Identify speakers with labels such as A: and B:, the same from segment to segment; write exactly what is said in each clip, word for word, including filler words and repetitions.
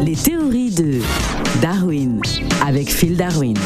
A: Les théories de Darwin avec Phil Darwin.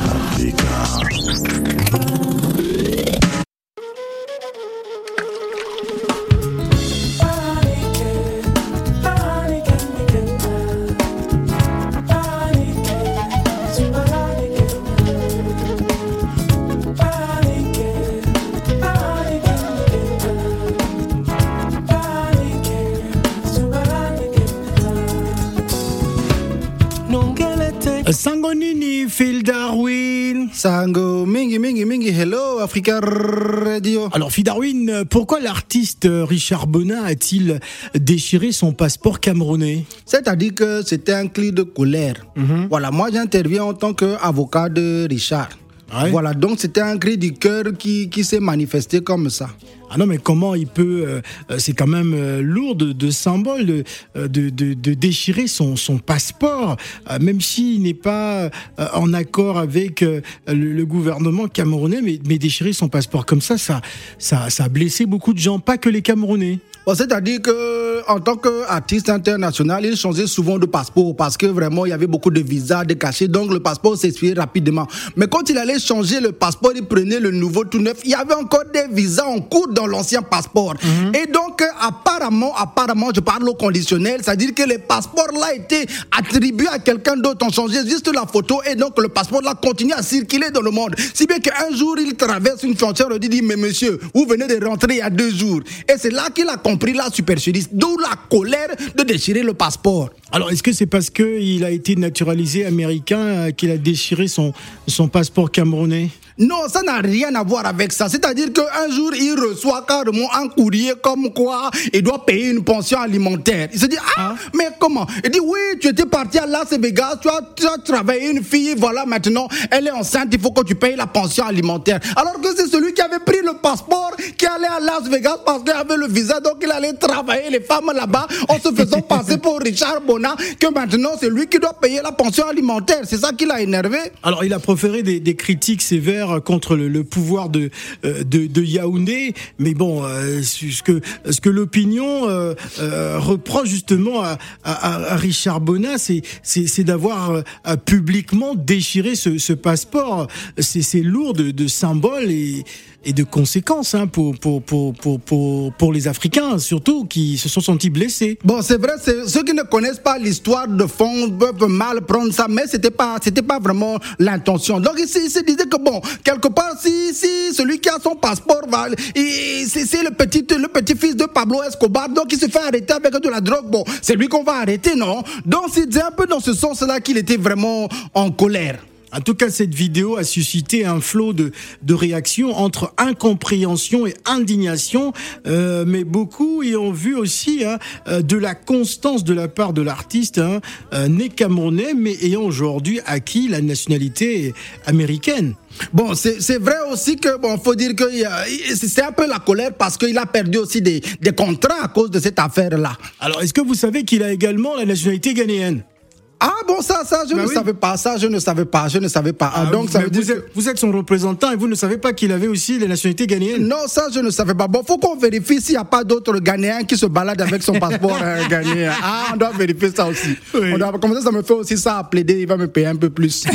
B: Sango nini, Phil Darwin.
C: Sango mingi mingi mingi, hello Africa Radio.
B: Alors Phil Darwin, pourquoi l'artiste Richard Bonin a-t-il déchiré son passeport camerounais?
C: C'est-à-dire que c'était un cri de colère. Mm-hmm. Voilà, moi j'interviens en tant qu'avocat de Richard. Ouais. Voilà, donc c'était un cri du cœur qui, qui s'est manifesté comme ça.
B: Ah non, mais comment il peut... Euh, c'est quand même euh, lourd de, de symbole de, de, de, de déchirer son, son passeport, euh, même s'il n'est pas euh, en accord avec euh, le, le gouvernement camerounais, mais, mais déchirer son passeport comme ça, ça, ça, ça a blessé beaucoup de gens, pas que les Camerounais.
C: Bon, c'est-à-dire qu'en tant qu'artiste international, il changeait souvent de passeport parce que vraiment, il y avait beaucoup de visas, de cachets, donc le passeport s'expirait rapidement. Mais quand il allait changer le passeport, il prenait le nouveau tout neuf, il y avait encore des visas en cours dans l'ancien passeport. Mm-hmm. Et donc, apparemment, apparemment, je parle au conditionnel, c'est-à-dire que les passeports-là étaient attribués à quelqu'un d'autre, on changeait juste la photo et donc le passeport-là continue à circuler dans le monde. Si bien qu'un jour, il traverse une frontière et dit, mais monsieur, vous venez de rentrer il y a deux jours. Et c'est là qu'il a compris la supercherie, d'où la colère de déchirer le passeport.
B: Alors, est-ce que c'est parce qu'il a été naturalisé américain qu'il a déchiré son, son passeport camerounais?
C: Non, ça n'a rien à voir avec ça. C'est-à-dire qu'un jour, il reçoit carrément un courrier comme quoi il doit payer une pension alimentaire. Il se dit, ah, hein? Mais comment? Il dit, oui, tu étais parti à Las Vegas, tu as, tu as travaillé une fille, voilà, maintenant, elle est enceinte, il faut que tu payes la pension alimentaire. Alors que c'est celui qui avait pris le passeport, qui allait à Las Vegas parce qu'il avait le visa, donc il allait travailler les femmes là-bas en se faisant passer pour Richard Bonin, que maintenant, c'est lui qui doit payer la pension alimentaire. C'est ça qui l'a énervé.
B: Alors, il a proféré des, des critiques sévères contre le, le pouvoir de, de, de Yaoundé, mais bon, euh, ce que, ce que l'opinion euh, euh, reproche justement à, à, à Richard Bonin, c'est, c'est, c'est d'avoir euh, publiquement déchiré ce, ce passeport. C'est, c'est lourd de, de symboles et, et de conséquences hein, pour, pour, pour, pour, pour, pour les Africains, surtout, qui se sont sentis blessés.
C: Bon, c'est vrai, c'est, ceux qui ne connaissent pas l'histoire de fond peuvent mal prendre ça, mais c'était pas, c'était pas vraiment l'intention. Donc, il, il se disait que bon, quelque part, si, si celui qui a son passeport, va, il, c'est, c'est le petit, le petit-fils de Pablo Escobar, donc il se fait arrêter avec de la drogue, bon, c'est lui qu'on va arrêter, non? Donc, c'est un peu dans ce sens-là qu'il était vraiment en colère.
B: En tout cas, cette vidéo a suscité un flot de, de réactions entre incompréhension et indignation, euh, mais beaucoup y ont vu aussi hein, de la constance de la part de l'artiste, hein, euh, né camerounais, mais ayant aujourd'hui acquis la nationalité américaine.
C: Bon, c'est, c'est vrai aussi que, bon, faut dire que c'est un peu la colère parce qu'il a perdu aussi des, des contrats à cause de cette affaire-là.
B: Alors, est-ce que vous savez qu'il a également la nationalité ghanéenne ?
C: Ah bon, ça, ça, je bah ne oui. savais pas, ça, je ne savais pas, je ne savais pas. Ah, donc, ça veut
B: vous,
C: dire
B: êtes, vous êtes son représentant et vous ne savez pas qu'il avait aussi la nationalité ghanéenne?
C: Non, ça, je ne savais pas. Bon, faut qu'on vérifie s'il n'y a pas d'autres Ghanéens qui se baladent avec son passeport euh, ghanéen. Ah, on doit vérifier ça aussi. Oui. On doit, comme ça, ça me fait aussi ça à plaider, il va me payer un peu plus.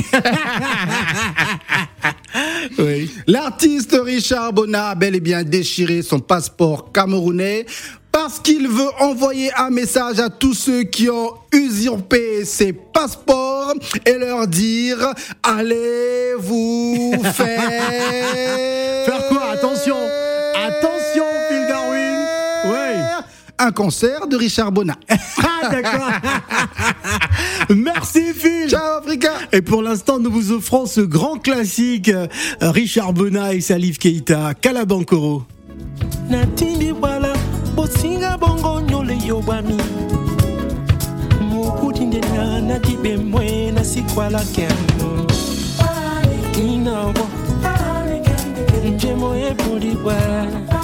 C: Oui. L'artiste Richard Bonin a bel et bien déchiré son passeport camerounais parce qu'il veut envoyer un message à tous ceux qui ont usurpé ses passeports et leur dire « Allez vous faire... »
B: Faire quoi? Attention, attention Phil Darwin. Ouais.
C: Un concert de Richard Bonin.
B: Ah d'accord. Merci Phil.
C: Ciao Africa.
B: Et pour l'instant, nous vous offrons ce grand classique, Richard Bonin et Salif Keita, Kalabankoro.
D: Natindi wala bosinga bongo nyole yobami mukutinde na nadibe mwe na sikwala kenu ina wo njemo e buliwa